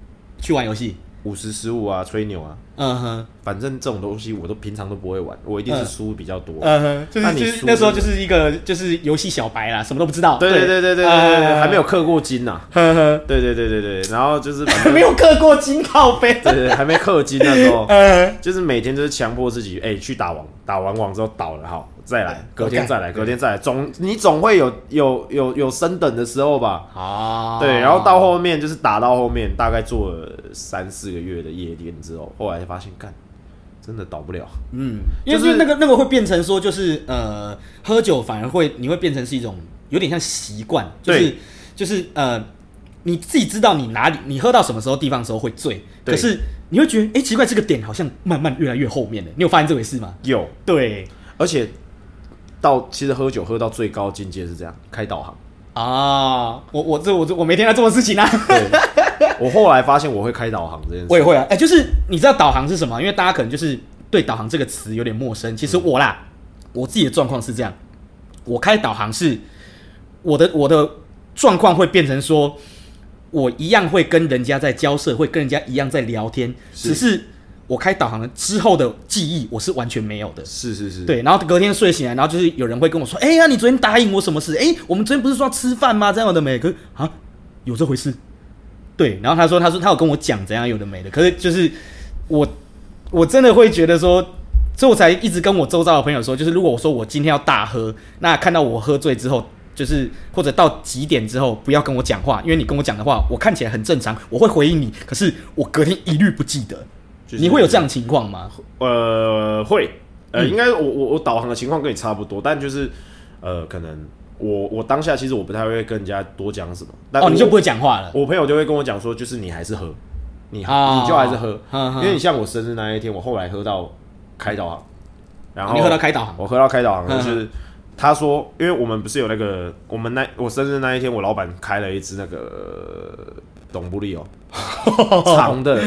，50-15啊，吹牛啊。反正这种东西我都平常都不会玩，我一定是输比较多。 就是那时候就是一个就是游戏小白啦，什么都不知道。 对，还没有氪过金呐。对，然后就是还没有氪过金，靠背。 对，还没氪金那时候，就是每天就是强迫自己，去打网，打完网之后倒了，好再来，隔天再来，你总会有升等的时候吧？对，然后到后面就是打到后面，大概做了3-4个月的夜店之后，后来发现干真的倒不了。 因为那个会变成说，就是喝酒反而你会变成是一种有点像习惯，就是你自己知道你喝到什么时候地方的时候会醉，可是你会觉得奇怪，这个点好像慢慢越来越后面了。你有发现这回事吗？ 有， 对， 而且其实喝酒喝到最高境界是这样，开导航啊！我每天在做的事情啊。 对，我后来发现我会开导航这件事， 我也会啊。就是你知道导航是什么？因为大家可能就是对导航这个词有点陌生。其实我自己的状况是这样，我开导航是我的状况会变成说，我一样会跟人家在交涉，会跟人家一样在聊天，只是我开导航之后的记忆我是完全没有的。 是，对。 然后隔天睡醒来，然后就是有人会跟我说：“你昨天答应我什么事？我们昨天不是说要吃饭吗？这样的没？可是有这回事？”对。然后他说他有跟我讲怎样有的没的，可是就是我真的会觉得说，所以我才一直跟我周遭的朋友说，就是如果我说我今天要大喝，那看到我喝醉之后。就是或者到几点之后不要跟我讲话，因为你跟我讲的话，我看起来很正常，我会回应你，可是我隔天一律不记得。你会有这样的情况吗？ 会，应该我导航的情况跟你差不多，但就是可能我当下其实我不太会跟人家多讲什么。但你就不会讲话了。 我朋友就会跟我讲说，就是你还是喝，你就还是喝，因为你像我生日那一天，我后来喝到开导航，然后你喝到开导航， 我喝到开导航就是。他说，因为我们不是有那个，我生日那一天，我老板开了一支那个董布利哦，长的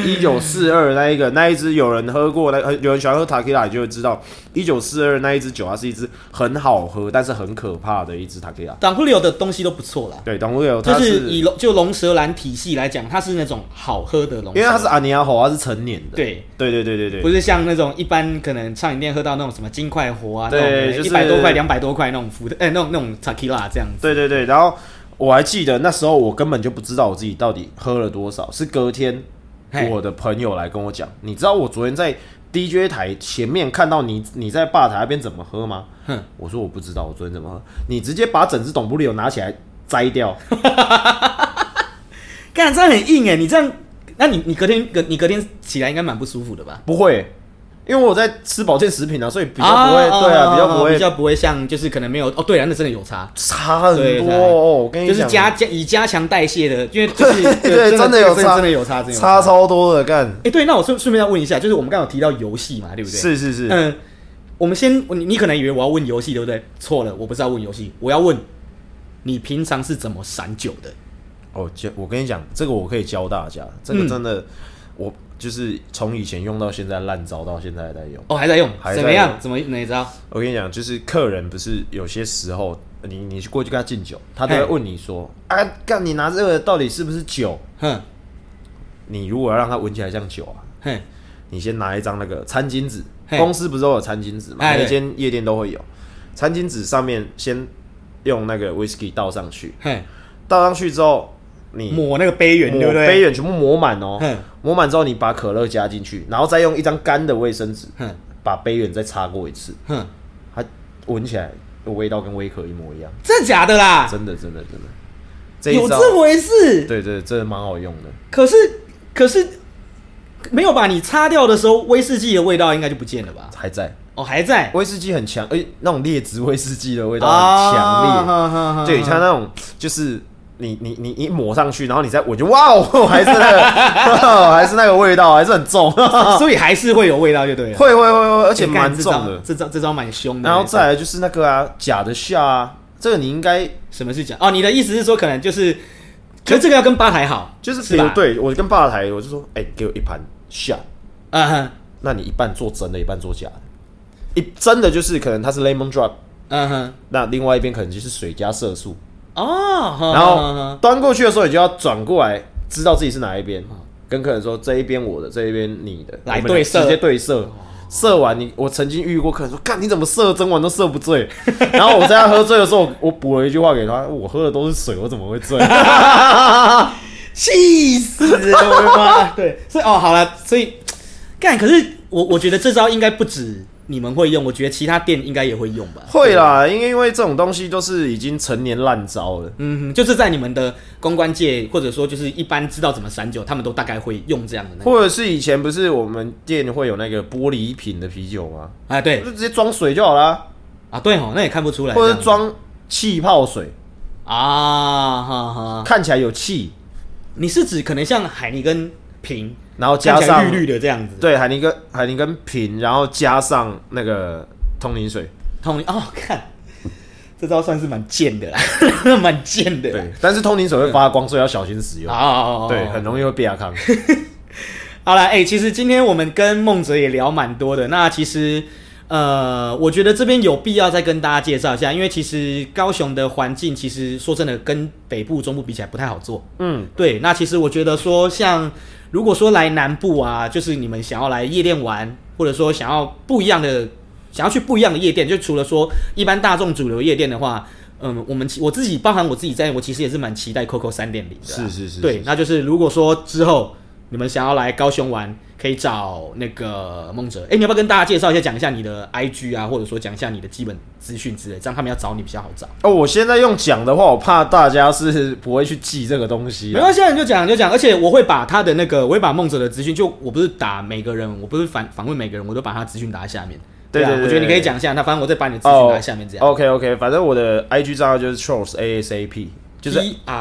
1942那一支有人喝过，有人喜欢喝 Tequila 你就会知道1942那一支酒，它是一支很好喝但是很可怕的一支 Tequila。 董布利的东西都不错啦， 对，董布利就是就龙舌兰体系来讲，它是那种好喝的龙舌兰， 因为它是阿尼亚火，它是成年的， 对， 不是像那种一般可能畅饮店喝到那种什么金块活啊， 对， 就是100多块、200多块那种那种 Tequila 这样子， 对，然后。我还记得那时候我根本就不知道我自己到底喝了多少，是隔天我的朋友来跟我讲，你知道我昨天在 DJ 台前面看到你在吧台那边怎么喝吗？我说我不知道我昨天怎么喝，你直接把整支董布利有拿起来摘掉， 干这样很硬你这样，那你隔天起来应该蛮不舒服的吧？ 不会。因为我在吃保健食品所以比较不会，对啊，比较不会像就是可能没有对啊，那真的有差很多我跟你讲， 就是以加强代谢的，因为就是对真的有差， 真的有差， 差超多的干。 对，那我顺便要问一下，就是我们刚刚有提到游戏嘛，对不对？ 是。 我们先，你可能以为我要问游戏，对不对？错了，我不是要问游戏，我要问你平常是怎么闪酒的？ 我跟你讲，这个我可以教大家，这个真的我。就是从以前用到现在烂招，到现在还在用。 还在用？怎么样？怎么哪一招？ 我跟你讲，就是客人不是有些时候，你过去跟他敬酒，他都会问你说：“干你拿这个到底是不是酒？”你如果要让他闻起来像酒你先拿一张那个餐巾纸，公司不是都有餐巾纸吗？每间夜店都会有。餐巾纸上面先用那个 whisky 倒上去，倒上去之后。你抹那个杯缘，对不对？ 杯缘全部抹满抹满之后，你把可乐加进去，然后再用一张干的卫生纸把杯缘再擦过一次，它闻起来的味道跟威可一模一样。 真的假的啦？ 真的， 有这回事？ 对，真的蛮好用的。 可是没有把你擦掉的时候，威士忌的味道应该就不见了吧？ 还在。 哦，还在。 威士忌很强，那种劣质威士忌的味道很强烈。对，它那种就是你一抹上去，然后你再闻，就哇哦，还是那个还是那个味道，还是很重， 所以还是会有味道就对了。 会，而且蛮重的。 这招蛮凶的。 然后再来就是那个假的下啊，这个你应该什么是假？哦，你的意思是说可能就是，可是这个要跟吧台好， 就是比如对我跟吧台我就说，给我一盘下，那你一半做真的，一半做假的。真的就是可能它是 lemon drop， 那另外一边可能就是水加色素哦，然后端过去的时候，你就要转过来，知道自己是哪一边，跟客人说这一边我的，这一边你的， 来对色， 直接对色。射完我曾经遇过客人说，干你怎么射整晚都射不醉？然后我在他喝醉的时候，我补了一句话给他，我喝的都是水，我怎么会醉？ 气死我的妈！对，所以好了，所以干，可是我觉得这招应该不止你们会用，我觉得其他店应该也会用吧。 会啦，因为这种东西都是已经陈年烂招了。 就是在你们的公关界，或者说就是一般知道怎么散酒，他们都大概会用这样的那个。 或者是以前不是我们店会有那个玻璃瓶的啤酒吗？ 对， 就直接装水就好啦。 对哦，那也看不出来。 或者是装气泡水看起来有气。 你是指可能像海尼根瓶？ 然后加上绿绿的这样子， 对，海尼根瓶，然后加上那个通灵水， 看这招算是蛮贱的啦，蛮贱的。 对，但是通灵水会发光，所以要小心使用。对，很容易会被亚康。 好了，其实今天我们跟孟哲也聊蛮多的。那其实我觉得这边有必要再跟大家介绍一下，因为其实高雄的环境，其实说真的，跟北部、中部比起来不太好做。对。那其实我觉得说像。如果说来南部啊，就是你们想要来夜店玩，或者说想要去不一样的夜店，就除了说一般大众主流夜店的话，我自己包含我自己在，我其实也是蛮期待 Coco 3.0的。 是。 对，那就是如果说之后你们想要来高雄玩，可以找那个孟哲。你要不要跟大家介绍一下，讲一下你的 IG 啊，或者说讲一下你的基本资讯之类，这样他们要找你比较好找。 我现在用讲的话，我怕大家是不会去记这个东西。 没关系，你就讲，而且我会把他的我会把孟哲的资讯，就我不是打每个人，我不是访问每个人，我都把他资讯打在下面。对，我觉得你可以讲一下，那反正我再把你的资讯打在下面这样。 OK， 反正我的 IG 账号就是 Troll ASAP， 就是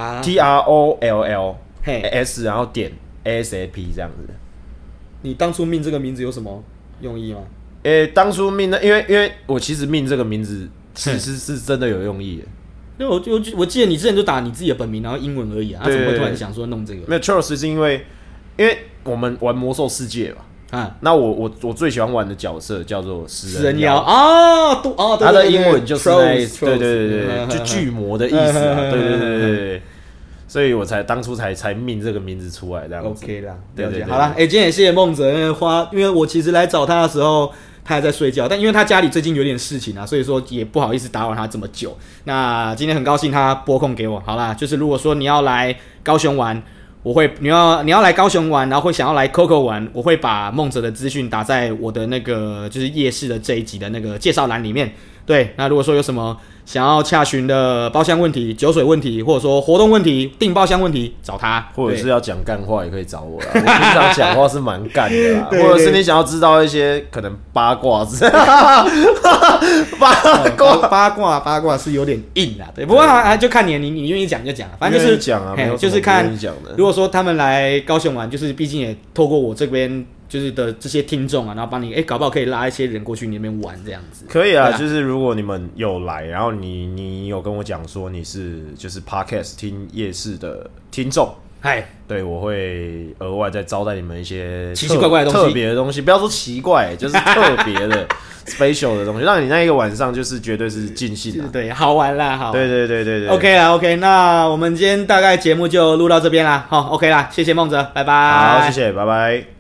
TROLL S 然后点 ASAP 这样子。 你当初命这个名字有什么用意吗？ 当初命因为我其实命这个名字是真的有用意的。 因为我记得你之前就打你自己的本名，然后英文而已啊，怎么会突然想说弄这个？ 没有 Charles 是因为我们玩魔兽世界嘛，那我最喜欢玩的角色叫做食人妖他的英文就是对，就巨魔的意思啊，对。所以我当初才命这个名字出来这样子。 OK 啦，了解。好啦，今天也谢谢孟哲，因为我其实来找他的时候，他还在睡觉，但因为他家里最近有点事情啊，所以说也不好意思打扰他这么久。那今天很高兴他拨空给我。好啦，就是如果说你要来高雄玩，你要来高雄玩，然后会想要来 Coco 玩，我会把孟哲的资讯打在我的那个就是夜市的这一集的那个介绍栏里面。对，那如果说有什么想要洽询的包厢问题、酒水问题，或者说活动问题、订包厢问题，找他， 或者是要讲干话也可以找我啦。我平常讲话是蛮干的啦，或者是你想要知道一些可能八卦之类的， 八卦是有点硬啦，对，不过就看你愿意讲就讲，反正就是讲啊， 就是看，如果说他们来高雄玩，就是毕竟也透过我这边。就是的这些听众啊，然后帮你搞不好可以拉一些人过去你那边玩这样子。 可以啊，就是如果你们有来，然后你有跟我讲说你是就是 podcast 听夜市的听众，对，我会额外再招待你们一些奇奇怪怪的东西、 特别的东西，不要说奇怪，就是特别的special 的东西，让你那一个晚上就是绝对是尽兴的， 对，好玩啦，好玩。 对。 OK 啦 ，OK， 那我们今天大概节目就录到这边啦，好 ，OK 啦，谢谢孟哲，拜拜。 好，谢谢，拜拜。